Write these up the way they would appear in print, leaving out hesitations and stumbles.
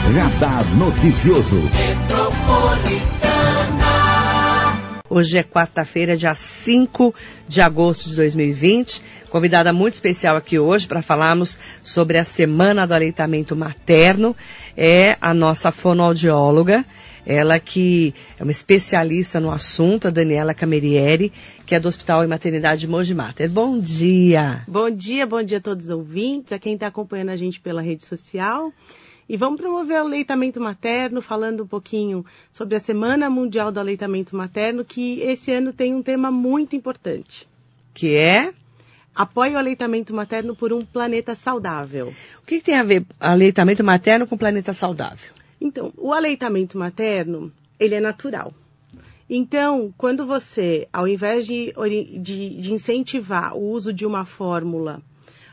Radar Noticioso. Hoje é quarta-feira, dia 5 de agosto de 2020. Convidada muito especial aqui hoje para falarmos sobre a Semana do Aleitamento Materno é a nossa fonoaudióloga, ela que é uma especialista no assunto, a Daniela Camerieri, que é do Hospital e Maternidade de Mogi Mater. Bom dia! Bom dia a todos os ouvintes, a quem está acompanhando a gente pela rede social. E vamos promover o aleitamento materno, falando um pouquinho sobre a Semana Mundial do Aleitamento Materno, que esse ano tem um tema muito importante. Que é? Apoie o aleitamento materno por um planeta saudável. O que tem a ver aleitamento materno com planeta saudável? Então, o aleitamento materno, ele é natural. Então, quando você, ao invés de incentivar o uso de uma fórmula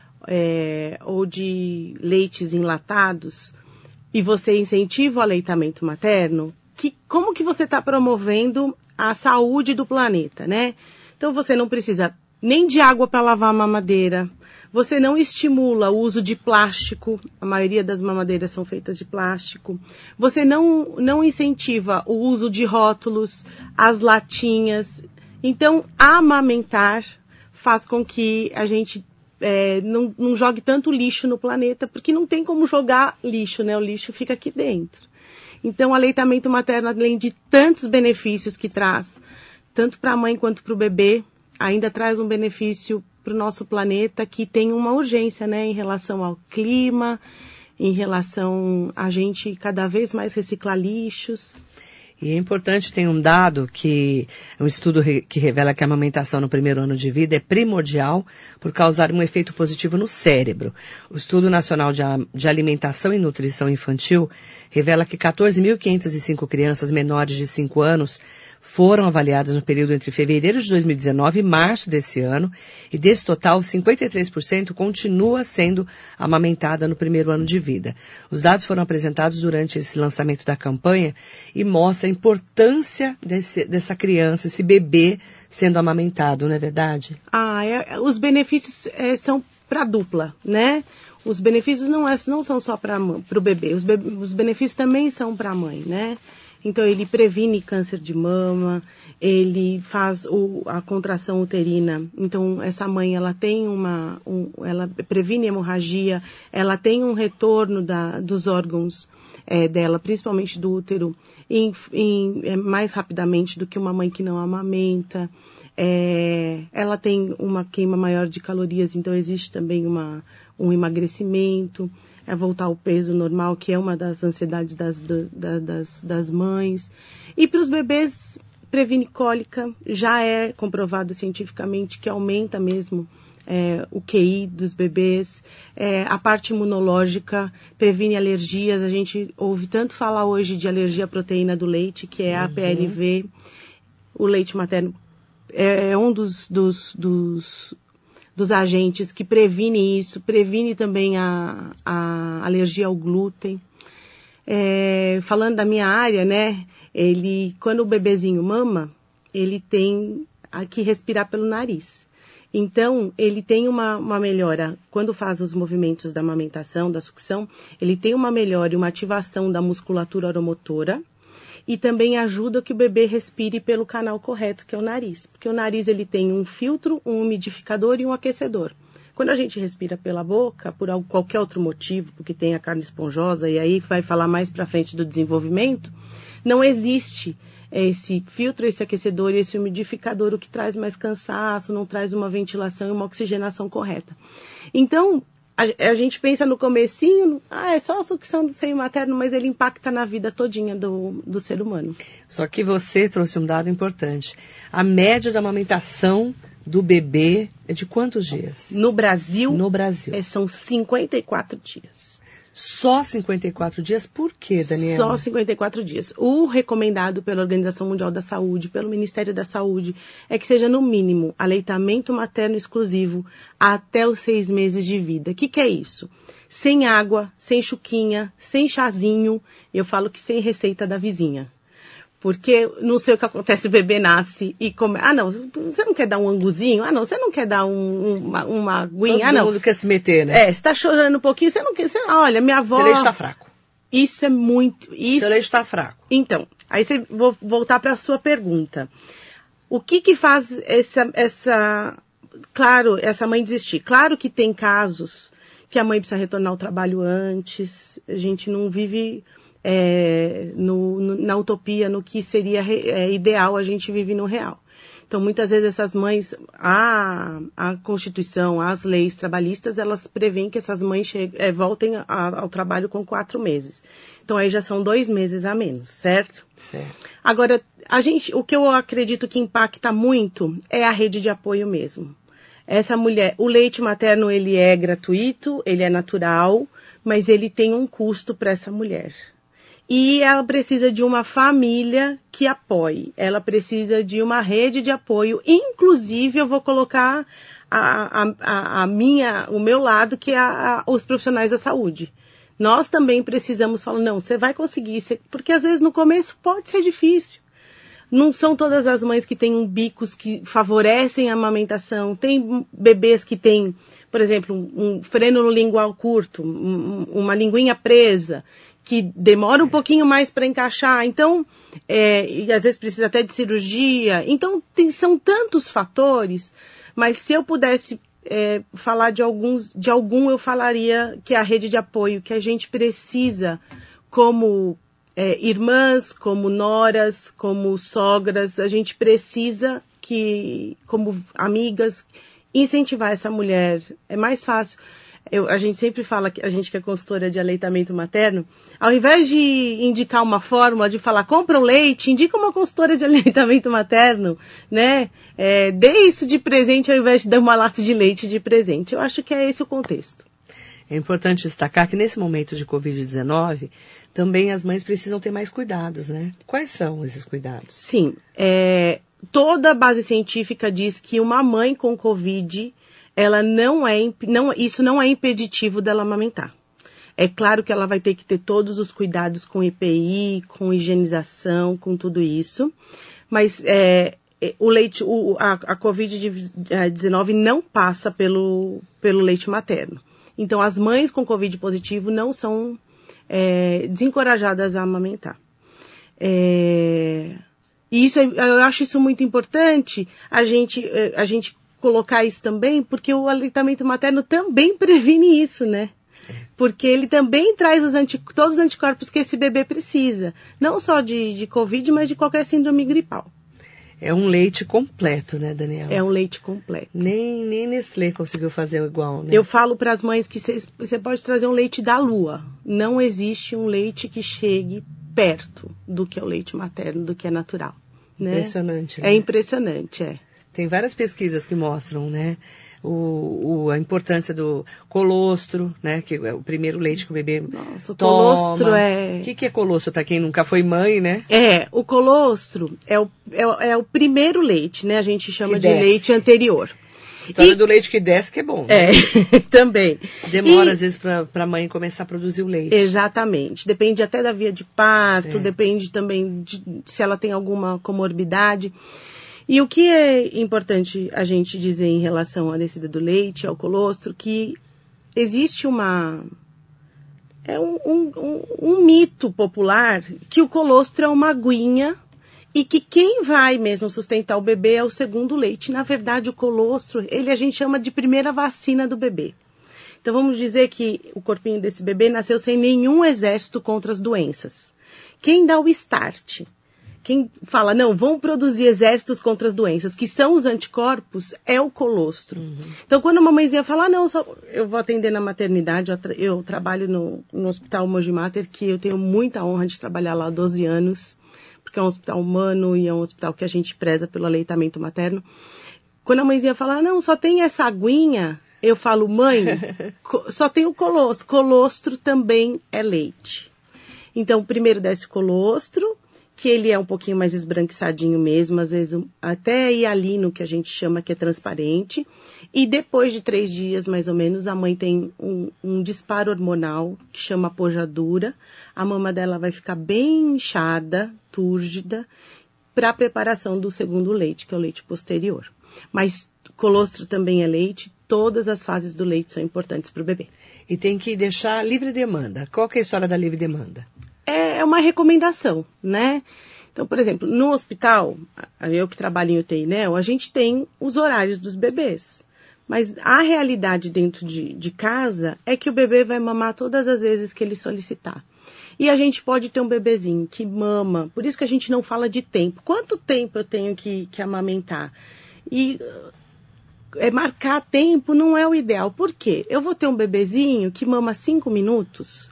ou de leites enlatados, e você incentiva o aleitamento materno, como que você está promovendo a saúde do planeta, né? Então, você não precisa nem de água para lavar a mamadeira, você não estimula o uso de plástico, a maioria das mamadeiras são feitas de plástico, você não incentiva o uso de rótulos, as latinhas. Então, amamentar faz com que a gente não jogue tanto lixo no planeta, porque não tem como jogar lixo, né? O lixo fica aqui dentro. Então, o aleitamento materno, além de tantos benefícios que traz, tanto para a mãe quanto para o bebê, ainda traz um benefício para o nosso planeta que tem uma urgência, né? Em relação ao clima, em relação a gente cada vez mais reciclar lixos. E é importante, tem um dado que um estudo que revela que a amamentação no primeiro ano de vida é primordial por causar um efeito positivo no cérebro. O Estudo Nacional de Alimentação e Nutrição Infantil revela que 14.505 crianças menores de 5 anos foram avaliadas no período entre fevereiro de 2019 e março desse ano, e desse total, 53% continua sendo amamentada no primeiro ano de vida. Os dados foram apresentados durante esse lançamento da campanha e mostram a importância dessa criança, esse bebê sendo amamentado, não é verdade? Os benefícios são para a dupla, né? Os benefícios não são só para o bebê, os benefícios também são para a mãe, né? Então, ele previne câncer de mama, ele faz a contração uterina. Então, essa mãe, ela tem ela previne hemorragia, ela tem um retorno dos órgãos dela, principalmente do útero, mais rapidamente do que uma mãe que não amamenta. Ela tem uma queima maior de calorias, então existe também um emagrecimento, voltar ao peso normal, que é uma das ansiedades das mães. E para os bebês, previne cólica, já é comprovado cientificamente que aumenta mesmo o QI dos bebês. A parte imunológica previne alergias, a gente ouve tanto falar hoje de alergia à proteína do leite, que é a APLV. O leite materno é um dos agentes que previne isso, previne também a alergia ao glúten. Falando da minha área, né, quando o bebezinho mama, ele tem que respirar pelo nariz. Então, ele tem uma melhora, quando faz os movimentos da amamentação, da sucção, ele tem uma melhora e uma ativação da musculatura oromotora, e também ajuda que o bebê respire pelo canal correto, que é o nariz. Porque o nariz, ele tem um filtro, um umidificador e um aquecedor. Quando a gente respira pela boca, por qualquer outro motivo, porque tem a carne esponjosa, e aí vai falar mais para frente do desenvolvimento, não existe esse filtro, esse aquecedor e esse umidificador, o que traz mais cansaço, não traz uma ventilação e uma oxigenação correta. Então, a gente pensa no comecinho, é só a sucção do seio materno, mas ele impacta na vida todinha do ser humano. Só que você trouxe um dado importante. A média da amamentação do bebê é de quantos dias? No Brasil? No Brasil. São 54 dias. Só 54 dias? Por quê, Daniela? Só 54 dias. O recomendado pela Organização Mundial da Saúde, pelo Ministério da Saúde, é que seja no mínimo aleitamento materno exclusivo até os 6 meses de vida. O que é isso? Sem água, sem chuquinha, sem chazinho. Eu falo que sem receita da vizinha. Porque não sei o que acontece, o bebê nasce e come. Ah, não, você não quer dar um anguzinho? Ah, não, você não quer dar uma aguinha? Ah, não. Todo mundo quer se meter, né? Você tá chorando um pouquinho, você não quer. Olha, minha avó. Você está fraco. Isso é muito... Isso... Seu leite está fraco. Então, aí vou voltar para a sua pergunta. O que faz claro, essa mãe desistir? Claro que tem casos que a mãe precisa retornar ao trabalho antes. A gente não vive na utopia, no que seria ideal, a gente vive no real. Então, muitas vezes essas mães, a Constituição, as leis trabalhistas, elas prevêem que essas mães voltem ao trabalho com 4 meses. Então, aí já são 2 meses a menos, certo? Certo. Agora, o que eu acredito que impacta muito é a rede de apoio mesmo. Essa mulher, o leite materno, ele é gratuito, ele é natural, mas ele tem um custo para essa mulher. E ela precisa de uma família que apoie. Ela precisa de uma rede de apoio. Inclusive, eu vou colocar o meu lado, que é os profissionais da saúde. Nós também precisamos falar, não, você vai conseguir. Porque às vezes no começo pode ser difícil. Não são todas as mães que têm bicos que favorecem a amamentação. Tem bebês que têm, por exemplo, um freno no lingual curto, uma linguinha presa, que demora um pouquinho mais para encaixar, então, e às vezes precisa até de cirurgia. Então, são tantos fatores, mas se eu pudesse falar de algum, eu falaria que é a rede de apoio, que a gente precisa, como irmãs, como noras, como sogras, a gente precisa como amigas, incentivar essa mulher. É mais fácil. A gente sempre fala, a gente que é consultora de aleitamento materno, ao invés de indicar uma fórmula, de falar, compra o leite, indica uma consultora de aleitamento materno, né? Dê isso de presente ao invés de dar uma lata de leite de presente. Eu acho que é esse o contexto. É importante destacar que nesse momento de Covid-19, também as mães precisam ter mais cuidados, né? Quais são esses cuidados? Sim, toda a base científica diz que uma mãe com Covid, isso não é impeditivo dela amamentar. É claro que ela vai ter que ter todos os cuidados com EPI, com higienização, com tudo isso, mas o leite, a Covid-19 não passa pelo leite materno. Então, as mães com Covid positivo não são desencorajadas a amamentar. E eu acho isso muito importante, a gente colocar isso também, porque o aleitamento materno também previne isso, né? Porque ele também traz todos os anticorpos que esse bebê precisa. Não só de Covid, mas de qualquer síndrome gripal. É um leite completo, né, Daniela? É um leite completo. Nem Nestlé conseguiu fazer igual, né? Eu falo para as mães que você pode trazer um leite da lua. Não existe um leite que chegue perto do que é o leite materno, do que é natural. Né? Impressionante. Né? É impressionante, Tem várias pesquisas que mostram, né, a importância do colostro, né, que é o primeiro leite que o bebê Nossa, o toma. Colostro O que é colostro, para quem nunca foi mãe, né? O colostro é o primeiro leite, né, a gente chama que de desce. Leite anterior. História do leite que desce que é bom. Né? Também. Demora, às vezes, para a mãe começar a produzir o leite. Exatamente. Depende até da via de parto, depende também se ela tem alguma comorbidade. E o que é importante a gente dizer em relação à descida do leite, ao colostro, que existe um mito popular que o colostro é uma aguinha e que quem vai mesmo sustentar o bebê é o segundo leite. Na verdade, o colostro, a gente chama de primeira vacina do bebê. Então, vamos dizer que o corpinho desse bebê nasceu sem nenhum exército contra as doenças. Quem dá o start? Quem fala, não, vão produzir exércitos contra as doenças, que são os anticorpos, é o colostro. Uhum. Então, quando uma mãezinha fala, não, eu vou atender na maternidade, eu trabalho no Hospital Mogi Mater, que eu tenho muita honra de trabalhar lá há 12 anos, porque é um hospital humano e é um hospital que a gente preza pelo aleitamento materno. Quando a mãezinha fala, não, só tem essa aguinha, eu falo, mãe, só tem o colostro. Colostro também é leite. Então, primeiro desce o colostro, que ele é um pouquinho mais esbranquiçadinho mesmo, às vezes até hialino, que a gente chama, que é transparente. E depois de 3 dias, mais ou menos, a mãe tem um disparo hormonal, que chama pojadura. A mama dela vai ficar bem inchada, túrgida, para a preparação do segundo leite, que é o leite posterior. Mas colostro também é leite, todas as fases do leite são importantes para o bebê. e tem que deixar livre demanda. Qual que é a história da livre demanda? É uma recomendação, né? Então, por exemplo, no hospital, eu que trabalho em UTI, né, a gente tem os horários dos bebês. Mas a realidade dentro de casa é que o bebê vai mamar todas as vezes que ele solicitar. E a gente pode ter um bebezinho que mama, por isso que a gente não fala de tempo. Quanto tempo eu tenho que amamentar? E marcar tempo não é o ideal. Por quê? Eu vou ter um bebezinho que mama 5 minutos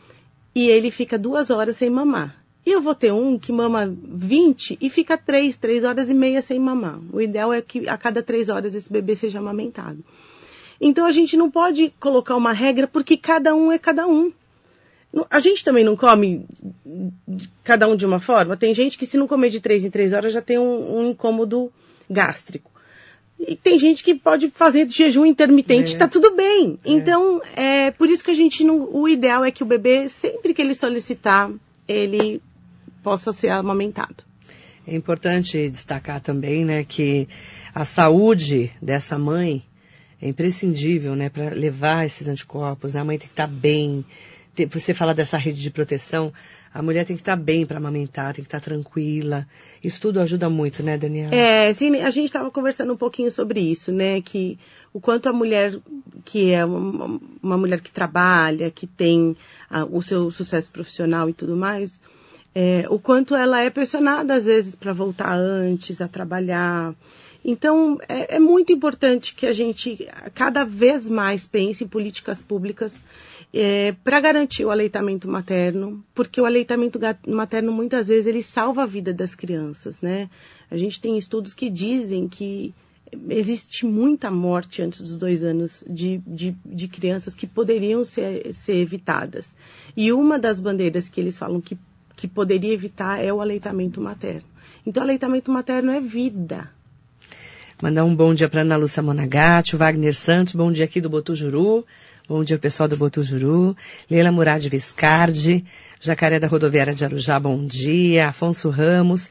e ele fica 2 horas sem mamar. E eu vou ter um que mama 20 e fica 3 horas e meia sem mamar. O ideal é que a cada 3 horas esse bebê seja amamentado. Então a gente não pode colocar uma regra porque cada um é cada um. A gente também não come cada um de uma forma. Tem gente que se não comer de 3 em 3 horas já tem um incômodo gástrico. E tem gente que pode fazer jejum intermitente, tá tudo bem. Então, por isso que a gente não... O ideal é que o bebê, sempre que ele solicitar, ele possa ser amamentado. É importante destacar também, né, que a saúde dessa mãe é imprescindível, né, para levar esses anticorpos. A mãe tem que estar bem. Você fala dessa rede de proteção, a mulher tem que estar bem para amamentar, tem que estar tranquila. Isso tudo ajuda muito, né, Daniela? Sim, a gente estava conversando um pouquinho sobre isso, né, que o quanto a mulher, que é uma mulher que trabalha, que tem o seu sucesso profissional e tudo mais, o quanto ela é pressionada às vezes para voltar antes a trabalhar. Então, é muito importante que a gente cada vez mais pense em políticas públicas para garantir o aleitamento materno, porque o aleitamento materno muitas vezes ele salva a vida das crianças, né? A gente tem estudos que dizem que existe muita morte antes dos 2 anos de crianças que poderiam ser evitadas. E uma das bandeiras que eles falam que poderia evitar é o aleitamento materno. Então, o aleitamento materno é vida. Mandar um bom dia para Ana Lúcia Monagatti, o Wagner Santos, bom dia aqui do Botujuru. Bom dia, pessoal do Botujuru. Leila Murad Viscardi, Jacaré da Rodoviária de Arujá, bom dia. Afonso Ramos,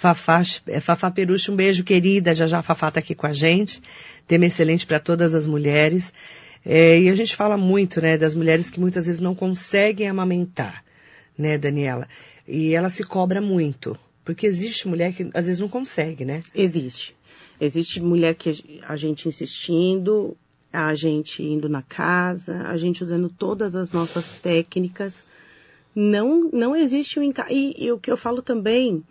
Fafá Peruche, um beijo, querida. Já a Fafá está aqui com a gente. Tema excelente para todas as mulheres. E a gente fala muito, né, das mulheres que muitas vezes não conseguem amamentar, né, Daniela? E ela se cobra muito, porque existe mulher que às vezes não consegue, né? Existe. Existe mulher que a gente insistindo, a gente indo na casa, a gente usando todas as nossas técnicas. Não existe e o que eu falo também,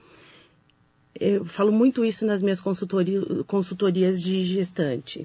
eu falo muito isso nas minhas consultorias de gestante.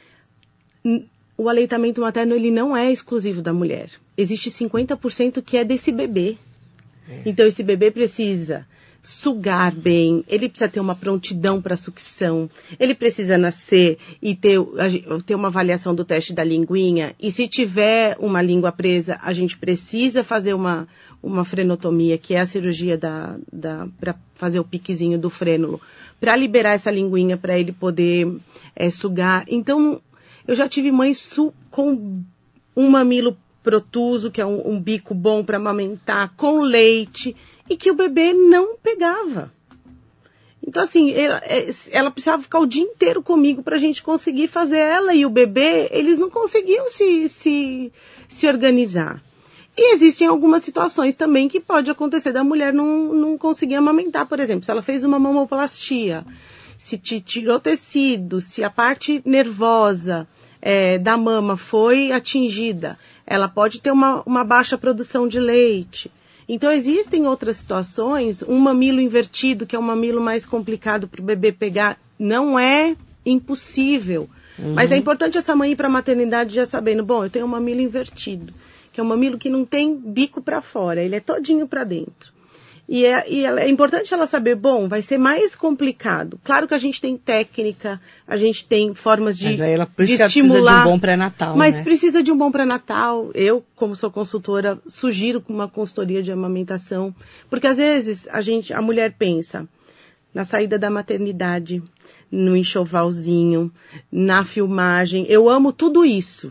O aleitamento materno, ele não é exclusivo da mulher. Existe 50% que é desse bebê. Então, esse bebê precisa sugar bem, ele precisa ter uma prontidão para sucção, ele precisa nascer e ter uma avaliação do teste da linguinha, e se tiver uma língua presa, a gente precisa fazer uma frenotomia, que é a cirurgia para fazer o piquezinho do frênulo, para liberar essa linguinha para ele poder sugar. Então, eu já tive mães com um mamilo protuso, que é um bico bom para amamentar, com leite, e que o bebê não pegava. Então, assim, ela precisava ficar o dia inteiro comigo para a gente conseguir fazer. Ela e o bebê, eles não conseguiam se organizar. E existem algumas situações também que pode acontecer da mulher não conseguir amamentar. Por exemplo, se ela fez uma mamoplastia, se tirou tecido, se a parte nervosa da mama foi atingida, ela pode ter uma baixa produção de leite. Então, existem outras situações, um mamilo invertido, que é um mamilo mais complicado para o bebê pegar, não é impossível. Mas é importante essa mãe ir para a maternidade já sabendo, bom, eu tenho um mamilo invertido, que é um mamilo que não tem bico para fora, ele é todinho para dentro. E é importante ela saber, bom, vai ser mais complicado. Claro que a gente tem técnica, a gente tem formas de estimular. Mas aí ela precisa de um bom pré-natal, Mas né? precisa de um bom pré-natal. Eu, como sou consultora, sugiro uma consultoria de amamentação. Porque às vezes a mulher pensa na saída da maternidade, no enxovalzinho, na filmagem. Eu amo tudo isso.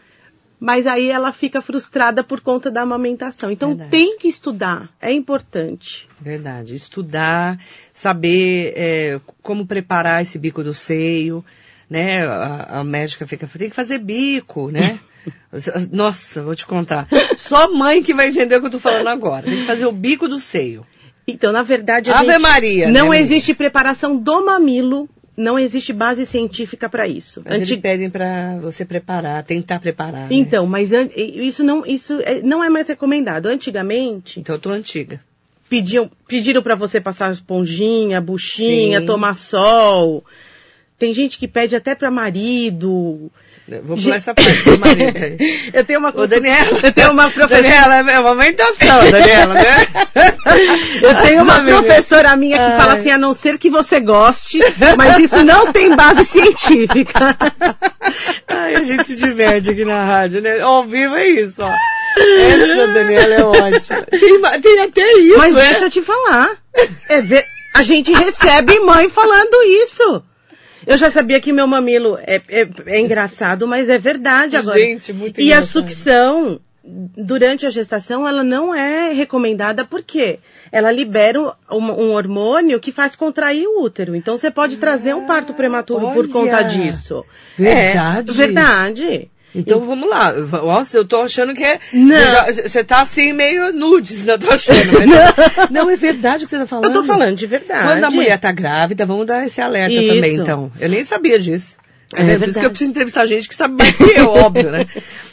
Mas aí ela fica frustrada por conta da amamentação. Então, verdade, tem que estudar, é importante. Verdade, estudar, saber como preparar esse bico do seio, né? A médica tem que fazer bico, né? Nossa, vou te contar. Só mãe que vai entender o que eu tô falando agora. Tem que fazer o bico do seio. Então, na verdade, Ave Maria. Não existe preparação do mamilo, não existe base científica para isso. Mas eles pedem para você preparar, tentar preparar. Então, né? Mas isso não é mais recomendado. Antigamente... Então eu tô antiga. Pediram para você passar esponjinha, buchinha, tomar sol. Tem gente que pede até para marido. Vou pular essa parte do marido aí. Eu tenho uma Daniela, eu tenho uma professora. Daniela, é uma amamentação, Daniela, né? Eu tenho uma professora minha que fala assim, a não ser que você goste, mas isso não tem base científica. Ai, a gente se diverte aqui na rádio, né? Ao vivo é isso, ó. Essa Daniela é ótima. Tem até isso, mas deixa eu te falar. A gente recebe mãe falando isso. Eu já sabia que meu mamilo é engraçado, mas é verdade agora. Gente, muito engraçado. E a sucção, durante a gestação, ela não é recomendada porque ela libera um hormônio que faz contrair o útero. Então você pode trazer um parto prematuro por conta disso. Verdade? Verdade. Então vamos lá. Nossa, eu tô achando que é... Não. Você tá assim meio nudes, né? Eu tô achando. Mas não, é verdade o que você tá falando. Eu tô falando de verdade. Quando a mulher tá grávida, vamos dar esse alerta também, então. Eu nem sabia disso. Por isso que eu preciso entrevistar gente que sabe mais que eu, óbvio, né?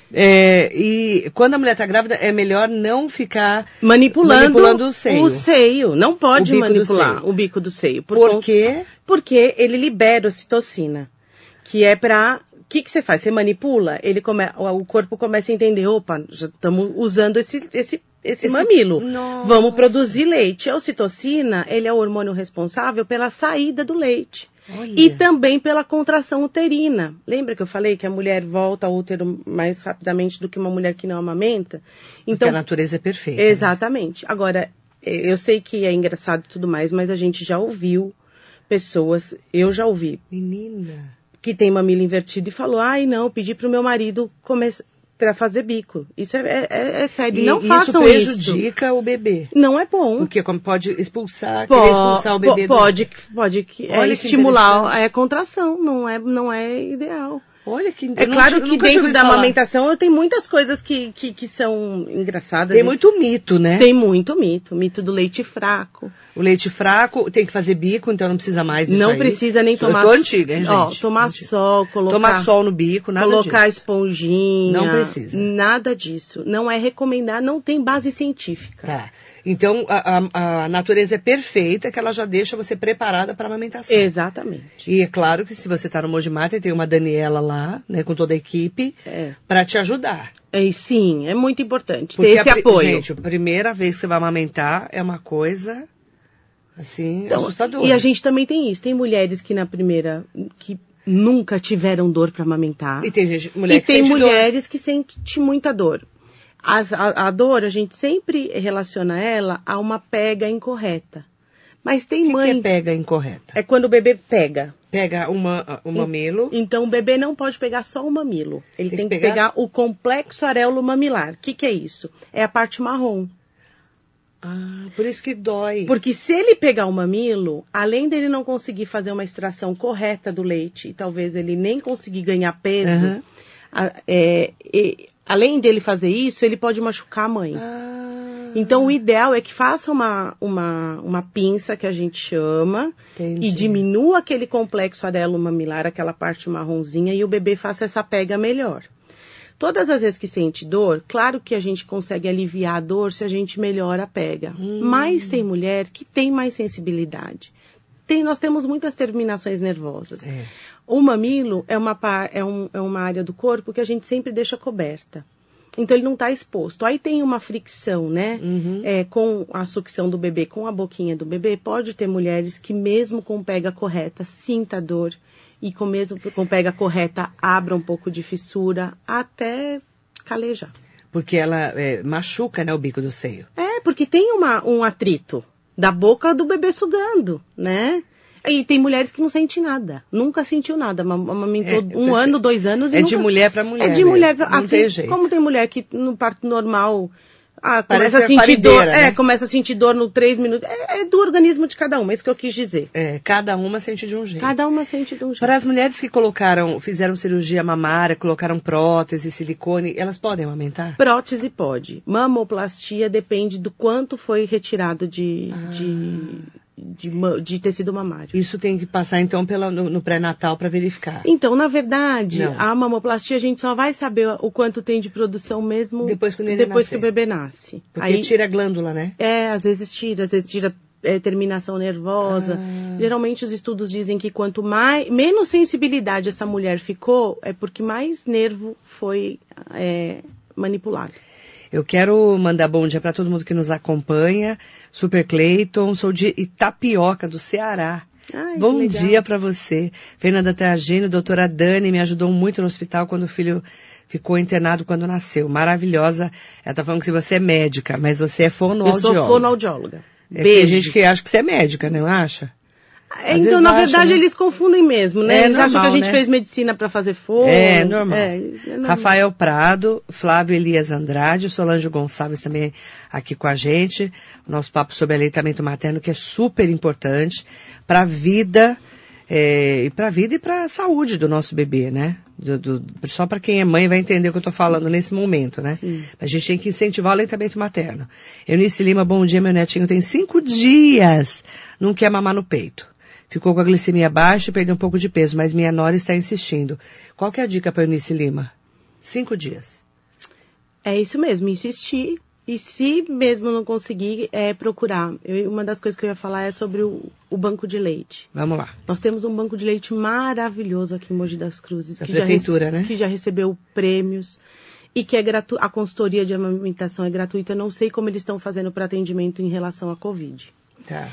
E quando a mulher tá grávida, é melhor não ficar manipulando o seio. O seio. Não pode manipular o bico do seio. Por quê? Porque ele libera ocitocina, que é pra... O que você faz? Você manipula, o corpo começa a entender, opa, já estamos usando esse mamilo. Nossa. Vamos produzir leite. A ocitocina, ele é o hormônio responsável pela saída do leite. Olha. E também pela contração uterina. Lembra que eu falei que a mulher volta ao útero mais rapidamente do que uma mulher que não amamenta? Então, porque a natureza é perfeita. Exatamente. Né? Agora, eu sei que é engraçado e tudo mais, mas a gente já ouviu pessoas, eu já ouvi. Menina... que tem mamilo invertido e falou, não, pedi pro meu marido para fazer bico. Isso é sério. Não façam isso. Isso prejudica o bebê. Não é bom. Porque pode expulsar o bebê. Pode estimular a contração. Não é ideal. Olha que... É claro que dentro da amamentação tem muitas coisas que são engraçadas. Tem muito mito, né? Tem muito mito. Mito do leite fraco. O leite fraco tem que fazer bico, então não precisa mais disso. Não precisa nem tomar... Eu tô antiga, hein, gente? Tomar sol, tomar sol no bico, nada disso. Colocar esponjinha. Não precisa. Nada disso. Não é recomendado, não tem base científica. Tá. Então, a natureza é perfeita, que ela já deixa você preparada para a amamentação. Exatamente. E é claro que se você está no Mogi Mater, tem uma Daniela lá, né, com toda a equipe, para te ajudar. Sim, é muito importante porque ter esse apoio. Gente, a primeira vez que você vai amamentar é uma coisa, assim, assustadora. E a gente também tem isso. Tem mulheres que na primeira... que nunca tiveram dor para amamentar. E tem mulheres que sentem muita dor. A dor, a gente sempre relaciona ela a uma pega incorreta. Mas tem mãe... O que é pega incorreta? É quando o bebê pega. Pega um mamilo. Então o bebê não pode pegar só o mamilo. Ele tem que pegar o complexo areolo mamilar. O que é isso? É a parte marrom. Por isso que dói. Porque se ele pegar o mamilo, além dele não conseguir fazer uma extração correta do leite, e talvez ele nem conseguir ganhar peso, além dele fazer isso, ele pode machucar a mãe. Então, o ideal é que faça uma pinça, que a gente chama, e diminua aquele complexo areolo mamilar, aquela parte marronzinha, e o bebê faça essa pega melhor. Todas as vezes que sente dor, claro que a gente consegue aliviar a dor se a gente melhora a pega. Mas tem mulher que tem mais sensibilidade. Nós temos muitas terminações nervosas. O mamilo é uma área do corpo que a gente sempre deixa coberta. Então, ele não está exposto. Aí tem uma fricção, né? Com a sucção do bebê, com a boquinha do bebê. Pode ter mulheres que mesmo com pega correta, sinta dor. E mesmo com pega correta, abra um pouco de fissura até calejar. Porque ela machuca, né, o bico do seio. Porque tem um atrito da boca do bebê sugando, né? E tem mulheres que não sentem nada. Nunca sentiu nada. Amamentou ano, 2 anos. É de mulher para mulher. É de mulher para mulher. Assim, como tem mulher que no parto normal começa a sentir dor, né? Começa a sentir dor no 3 minutos. É do organismo de cada uma, é isso que eu quis dizer. Cada uma sente de um jeito. Cada uma sente de um jeito. Para as mulheres que fizeram cirurgia mamária, colocaram prótese, silicone, elas podem amamentar? Prótese pode. Mamoplastia depende do quanto foi retirado de tecido mamário. Isso tem que passar, então, no pré-natal para verificar. Então, na verdade, a mamoplastia a gente só vai saber o quanto tem de produção mesmo depois que o bebê nasce. Porque aí tira a glândula, né? Às vezes tira terminação nervosa. Geralmente os estudos dizem que quanto menos sensibilidade essa mulher ficou, é porque mais nervo foi manipulado. Eu quero mandar bom dia para todo mundo que nos acompanha. Super Cleiton, sou de Itapioca, do Ceará. Bom dia para você. Fernanda Tragino, doutora Dani, me ajudou muito no hospital quando o filho ficou internado quando nasceu. Maravilhosa. Ela tá falando que você é médica, mas você é fonoaudióloga. Eu sou fonoaudióloga. Tem gente que acha que você é médica, não acha? Então, na verdade, eles confundem mesmo, né? Eles acham que a gente fez medicina para fazer fono. É normal. Rafael Prado, Flávio Elias Andrade, Solange Gonçalves também aqui com a gente. O nosso papo sobre aleitamento materno, que é super importante para a vida, e para a saúde do nosso bebê, né? Só para quem é mãe vai entender o que eu estou falando nesse momento, né? Sim. A gente tem que incentivar o aleitamento materno. Eunice Lima, bom dia, meu netinho tem 5 dias, não quer mamar no peito. Ficou com a glicemia baixa e perdeu um pouco de peso, mas minha nora está insistindo. Qual que é a dica para Eunice Lima? 5 dias. É isso mesmo, insistir. E se mesmo não conseguir, procurar. Uma das coisas que eu ia falar é sobre o banco de leite. Vamos lá. Nós temos um banco de leite maravilhoso aqui em Mogi das Cruzes. Da prefeitura, né? Que já recebeu prêmios e que é gratuito. A consultoria de amamentação é gratuita. Eu não sei como eles estão fazendo para atendimento em relação à Covid. Tá.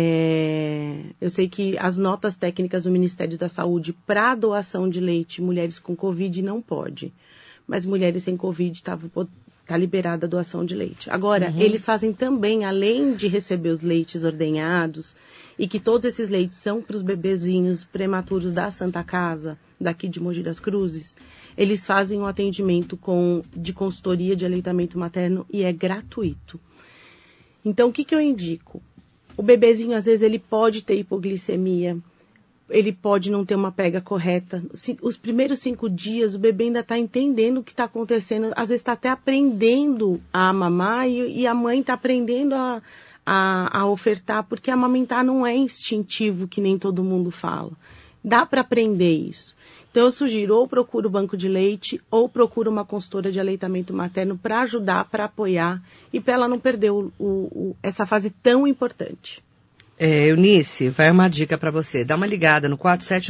Eu sei que as notas técnicas do Ministério da Saúde para doação de leite, mulheres com Covid não pode. Mas mulheres sem Covid tá liberada a doação de leite. Agora, eles fazem também, além de receber os leites ordenhados, e que todos esses leites são para os bebezinhos prematuros da Santa Casa, daqui de Mogi das Cruzes, eles fazem um atendimento de consultoria de aleitamento materno e é gratuito. Então, o que eu indico? O bebezinho, às vezes, ele pode ter hipoglicemia, ele pode não ter uma pega correta. Os primeiros 5 dias, o bebê ainda está entendendo o que está acontecendo. Às vezes está até aprendendo a mamar e a mãe está aprendendo a ofertar, porque amamentar não é instintivo, que nem todo mundo fala. Dá para aprender isso. Então, eu sugiro, ou procura o banco de leite, ou procura uma consultora de aleitamento materno para ajudar, para apoiar e para ela não perder essa fase tão importante. Eunice, vai uma dica para você. Dá uma ligada no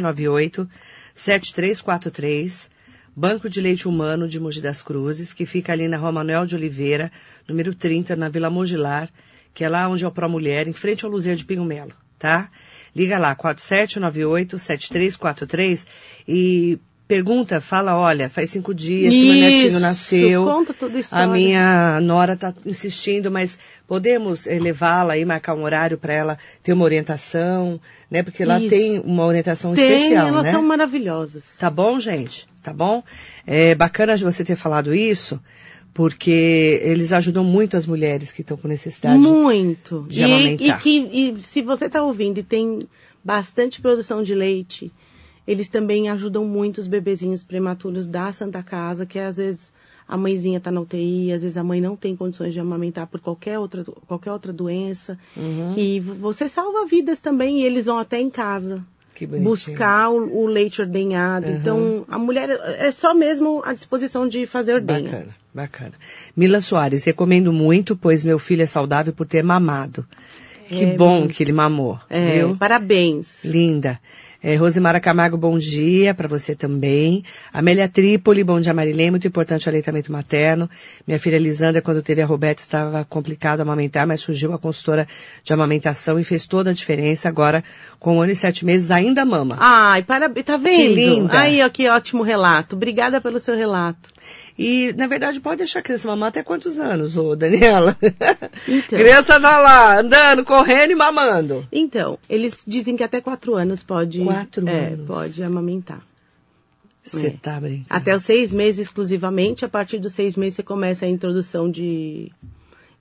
4798-7343, Banco de Leite Humano de Mogi das Cruzes, que fica ali na Rua Manuel de Oliveira, número 30, na Vila Mogilar, que é lá onde é o Pro Mulher, em frente ao Luzia de Pinho Melo, tá? Liga lá, 4798-7343 e pergunta, fala, olha, faz 5 dias que meu netinho nasceu. Conta toda a história. A minha nora tá insistindo, mas podemos levá-la e marcar um horário para ela ter uma orientação, né? Porque lá tem uma orientação especial, elas né? São maravilhosas. Tá bom, gente? Tá bom? É bacana você ter falado isso, porque eles ajudam muito as mulheres que estão com necessidade de amamentar. E se você está ouvindo e tem bastante produção de leite, eles também ajudam muito os bebezinhos prematuros da Santa Casa, que às vezes a mãezinha está na UTI, às vezes a mãe não tem condições de amamentar por qualquer outra doença. E você salva vidas também, e eles vão até em casa buscar o leite ordenhado. Então, a mulher é só mesmo à disposição de fazer ordenha. Bacana. Mila Soares, recomendo muito, pois meu filho é saudável por ter mamado. Que bom que ele mamou, viu? Parabéns. Linda. Rosimara Camargo, bom dia para você também. Amélia Trípoli, bom dia, Marilene, muito importante o aleitamento materno. Minha filha Lisandra, quando teve a Roberta, estava complicado amamentar, mas surgiu a consultora de amamentação e fez toda a diferença. Agora, com 1 ano e 7 meses, ainda mama. Ai, parabéns, tá vendo? Que linda. Aí, ó, que ótimo relato. Obrigada pelo seu relato. E, na verdade, pode deixar a criança mamar até quantos anos, ô Daniela? Então. Criança tá lá, andando, correndo e mamando. Então, eles dizem que até 4 anos pode... 4 anos? Pode amamentar. Você tá brincando. Até os 6 meses exclusivamente, a partir dos 6 meses você começa a introdução de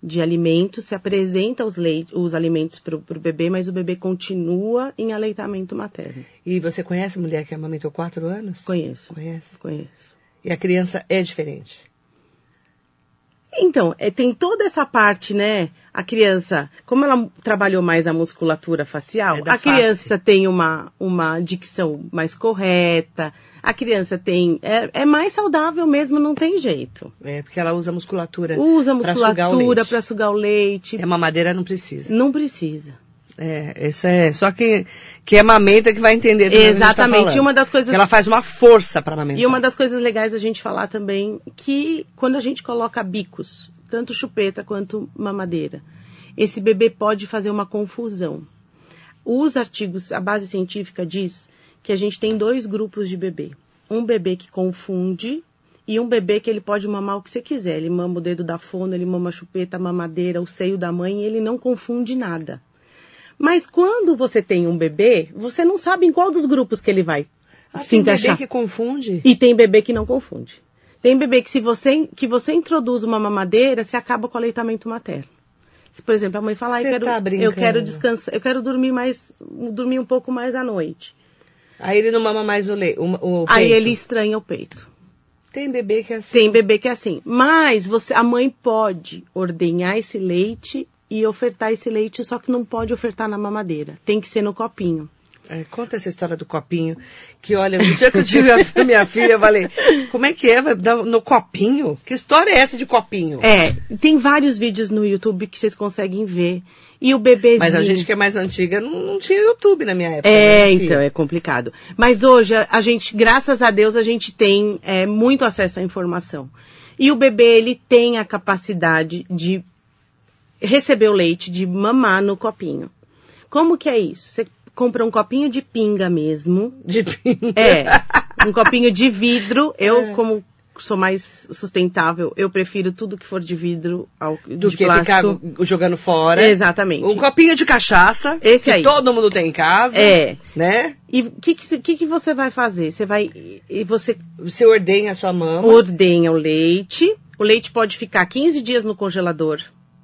de alimentos, se apresenta os alimentos para o bebê, mas o bebê continua em aleitamento materno. E você conhece mulher que amamentou 4 anos? Conheço. Conhece? Conheço. E a criança é diferente? Então, tem toda essa parte, né? A criança, como ela trabalhou mais a musculatura facial, a criança tem uma dicção mais correta, a criança tem... É mais saudável mesmo, não tem jeito. É, porque ela usa musculatura. Usa musculatura para sugar o leite. A mamadeira não precisa. Não precisa. Isso é só que amamenta que vai entender do que exatamente. Tá, e uma das coisas que ela faz uma força para amamentar. E uma das coisas legais a gente falar também que quando a gente coloca bicos, tanto chupeta quanto mamadeira, esse bebê pode fazer uma confusão. Os artigos, a base científica diz que a gente tem 2 grupos de bebê. Um bebê que confunde e um bebê que ele pode mamar o que você quiser. Ele mama o dedo da fono, ele mama a chupeta, a mamadeira, o seio da mãe e ele não confunde nada. Mas quando você tem um bebê, você não sabe em qual dos grupos que ele vai se encaixar. Tem bebê que confunde? E tem bebê que não confunde. Tem bebê que se você introduz uma mamadeira, você acaba com o aleitamento materno. Se, por exemplo, a mãe fala, eu quero descansar, eu quero dormir um pouco mais à noite. Aí ele não mama mais o peito. Aí ele estranha o peito. Tem bebê que é assim. Tem bebê que é assim. Mas a mãe pode ordenhar esse leite e ofertar esse leite, só que não pode ofertar na mamadeira. Tem que ser no copinho. Conta essa história do copinho, que olha, no dia que eu tive a minha filha, eu falei, como é que é? Vai dar no copinho? Que história é essa de copinho? Tem vários vídeos no YouTube que vocês conseguem ver. E o bebezinho... Mas a gente que é mais antiga não tinha YouTube na minha época. Então, é complicado. Mas hoje, a gente, graças a Deus, a gente tem muito acesso à informação. E o bebê, ele tem a capacidade de receber o leite, de mamar no copinho. Como que é isso? Você compra um copinho de pinga mesmo. De pinga? Um copinho de vidro. Eu, como sou mais sustentável, eu prefiro tudo que for de vidro do que plástico. Ficar jogando fora. Exatamente. Um copinho de cachaça, esse que aí todo mundo tem em casa. Né? E o que você vai fazer? Você ordenha a sua mama. Ordenha o leite. O leite pode ficar 15 dias no congelador.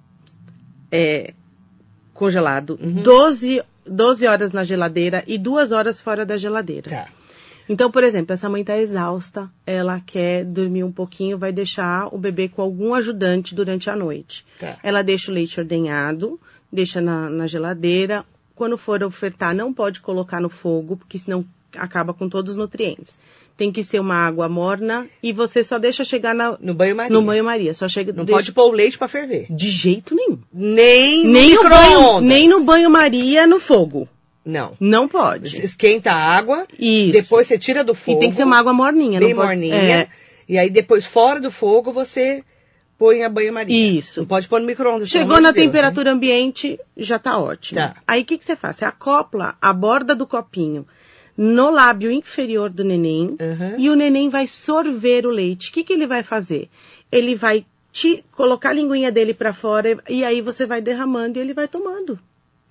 Congelado. 12 horas na geladeira e 2 horas fora da geladeira. Tá. Então, por exemplo, essa mãe está exausta, ela quer dormir um pouquinho, vai deixar o bebê com algum ajudante durante a noite. Tá. Ela deixa o leite ordenhado, deixa na geladeira. Quando for ofertar, não pode colocar no fogo, porque senão acaba com todos os nutrientes. Tem que ser uma água morna e você só deixa chegar no banho-maria. No banho-maria. Não pode pôr o leite para ferver. De jeito nenhum. Nem no micro-ondas. Nem no banho-maria no fogo. Não. Não pode. Você esquenta a água. Isso. Depois você tira do fogo. E tem que ser uma água morninha. Bem morninha. E aí depois fora do fogo você põe a banho-maria. Isso. Não pode pôr no micro-ondas. Chegou na temperatura ambiente, já tá ótimo. Tá. Aí o que você faz? Você acopla a borda do copinho no lábio inferior do neném e o neném vai sorver o leite. O que ele vai fazer? Ele vai colocar a linguinha dele para fora e aí você vai derramando e ele vai tomando.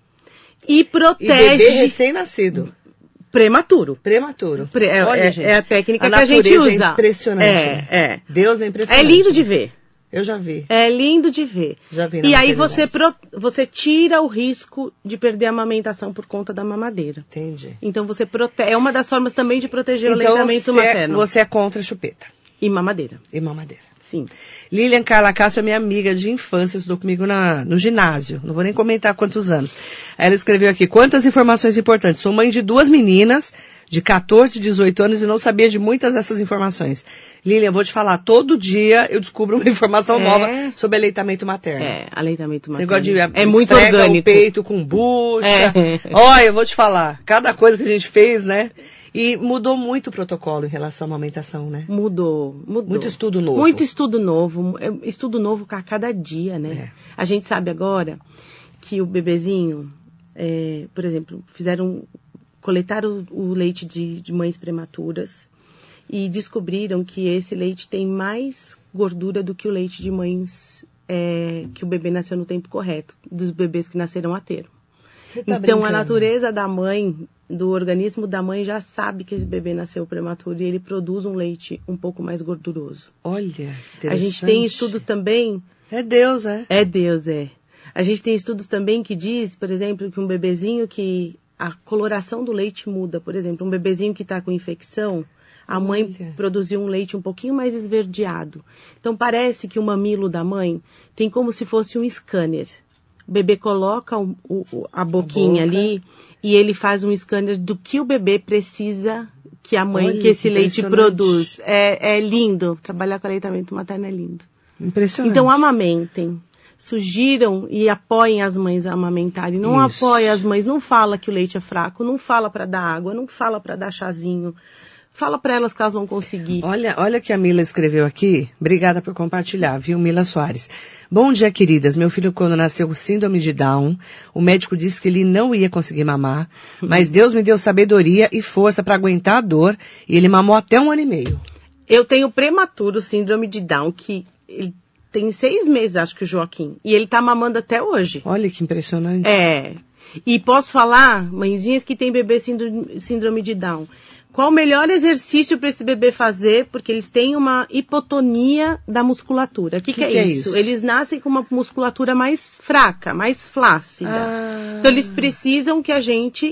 E protege... E bebê recém-nascido. Prematuro. Olha, gente, é a técnica que a gente usa. É impressionante. Deus é impressionante. É lindo de ver. Eu já vi. É lindo de ver. Já vi. E aí você tira o risco de perder a amamentação por conta da mamadeira. Entendi. Então você protege. É uma das formas também de proteger o aleitamento materno. Você é contra a chupeta. E mamadeira. Sim. Lilian Carla Castro é minha amiga de infância, estudou comigo no ginásio. Não vou nem comentar quantos anos. Ela escreveu aqui, quantas informações importantes. Sou mãe de 2 meninas, de 14 e 18 anos, e não sabia de muitas dessas informações. Lilian, vou te falar, todo dia eu descubro uma informação nova sobre aleitamento materno. Aleitamento materno. Negócio de é muito orgânico. O peito com bucha. Olha, eu vou te falar, cada coisa que a gente fez, né? E mudou muito o protocolo em relação à amamentação, né? Mudou. Muito estudo novo. Muito estudo novo. Estudo novo a cada dia, né? A gente sabe agora que o bebezinho, por exemplo, coletaram o leite de mães prematuras e descobriram que esse leite tem mais gordura do que o leite de mães que o bebê nasceu no tempo correto, dos bebês que nasceram a termo. Então, a natureza da mãe, do organismo da mãe, já sabe que esse bebê nasceu prematuro e ele produz um leite um pouco mais gorduroso. Olha, interessante. A gente tem estudos também É Deus, é? É Deus, é. A gente tem estudos também que diz, por exemplo, que um bebezinho que a coloração do leite muda. Por exemplo, um bebezinho que está com infecção, a mãe produziu um leite um pouquinho mais esverdeado. Então parece que o mamilo da mãe tem como se fosse um scanner. O bebê coloca a boquinha ali e ele faz um scanner do que o bebê precisa que a mãe, que esse leite produz. É lindo. Trabalhar com aleitamento materno é lindo. Impressionante. Então amamentem. Sugiram e apoiem as mães a amamentarem. Não apoiem as mães. Não fala que o leite é fraco. Não fala para dar água. Não fala para dar chazinho. Fala para elas que elas vão conseguir. Olha o que a Mila escreveu aqui. Obrigada por compartilhar, viu, Mila Soares. Bom dia, queridas. Meu filho, quando nasceu com síndrome de Down, o médico disse que ele não ia conseguir mamar, mas Deus me deu sabedoria e força para aguentar a dor e ele mamou até 1 ano e meio. Eu tenho prematuro síndrome de Down, que ele tem 6 meses, acho que o Joaquim, e ele tá mamando até hoje. Olha que impressionante. E posso falar, mãezinhas que tem bebê síndrome de Down, qual o melhor exercício para esse bebê fazer? Porque eles têm uma hipotonia da musculatura. O que é isso? Eles nascem com uma musculatura mais fraca, mais flácida. Então eles precisam que a gente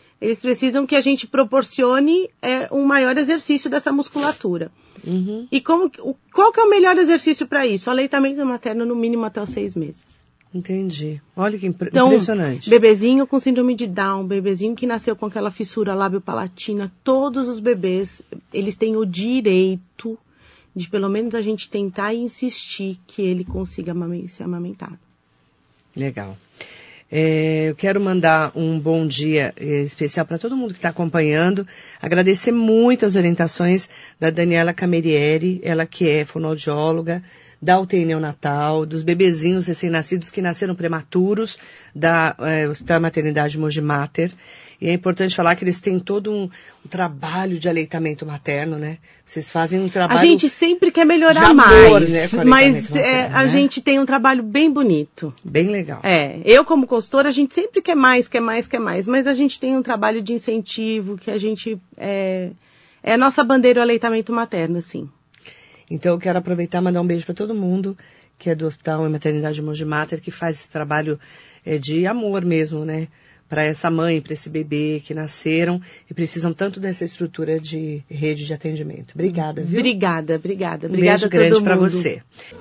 proporcione um maior exercício dessa musculatura. Uhum. E qual que é o melhor exercício para isso? Aleitamento materno no mínimo até os 6 meses. Entendi. Olha que impressionante. Bebezinho com síndrome de Down, bebezinho que nasceu com aquela fissura lábio-palatina, todos os bebês, eles têm o direito de pelo menos a gente tentar e insistir que ele consiga ser amamentado. Legal. Eu quero mandar um bom dia especial para todo mundo que está acompanhando, agradecer muito as orientações da Daniela Camerieri, ela que é fonoaudióloga, da UTI neonatal, dos bebezinhos recém-nascidos que nasceram prematuros, da Hospital Maternidade Mogi Mater. E é importante falar que eles têm todo um trabalho de aleitamento materno, né? Vocês fazem um trabalho... A gente sempre quer melhorar mais, né, mas materno, a gente tem um trabalho bem bonito. Bem legal. Eu como consultora, a gente sempre quer mais, mas a gente tem um trabalho de incentivo, que a gente... É a nossa bandeira o aleitamento materno, sim. Então eu quero aproveitar e mandar um beijo para todo mundo que é do Hospital e Maternidade Mogi Mater, que faz esse trabalho de amor mesmo, né? Para essa mãe, para esse bebê que nasceram e precisam tanto dessa estrutura de rede de atendimento. Obrigada, viu? Obrigada. Um beijo grande para você.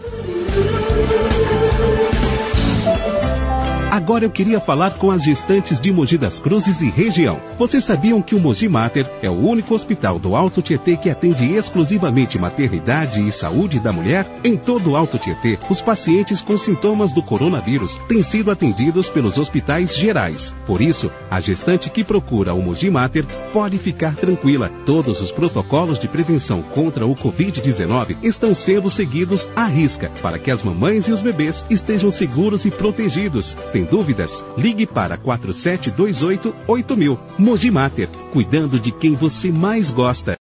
Agora eu queria falar com as gestantes de Mogi das Cruzes e região. Vocês sabiam que o Mogi Mater é o único hospital do Alto Tietê que atende exclusivamente maternidade e saúde da mulher? Em todo o Alto Tietê, os pacientes com sintomas do coronavírus têm sido atendidos pelos hospitais gerais. Por isso, a gestante que procura o Mogi Mater pode ficar tranquila. Todos os protocolos de prevenção contra o Covid-19 estão sendo seguidos à risca para que as mamães e os bebês estejam seguros e protegidos. Tem dúvidas? Ligue para 4728-8000. Mogi Mater, cuidando de quem você mais gosta.